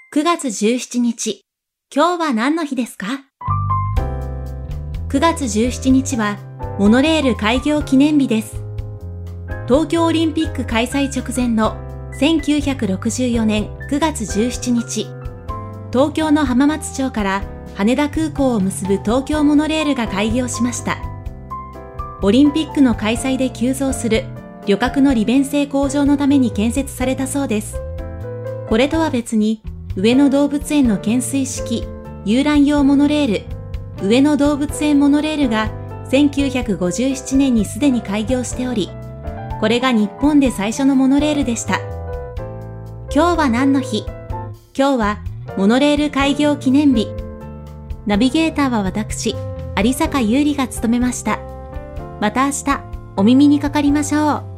9月17日、今日は何の日ですか？ 9 月17日はモノレール開業記念日です。東京オリンピック開催直前の1964年9月17日、東京の浜松町から羽田空港を結ぶ東京モノレールが開業しました。オリンピックの開催で急増する旅客の利便性向上のために建設されたそうです。これとは別に、上野動物園の懸垂式遊覧用モノレール、上野動物園モノレールが1957年にすでに開業しており、これが日本で最初のモノレールでした。今日は何の日？今日はモノレール開業記念日。ナビゲーターは私、有坂優里が務めました。また明日、お耳にかかりましょう。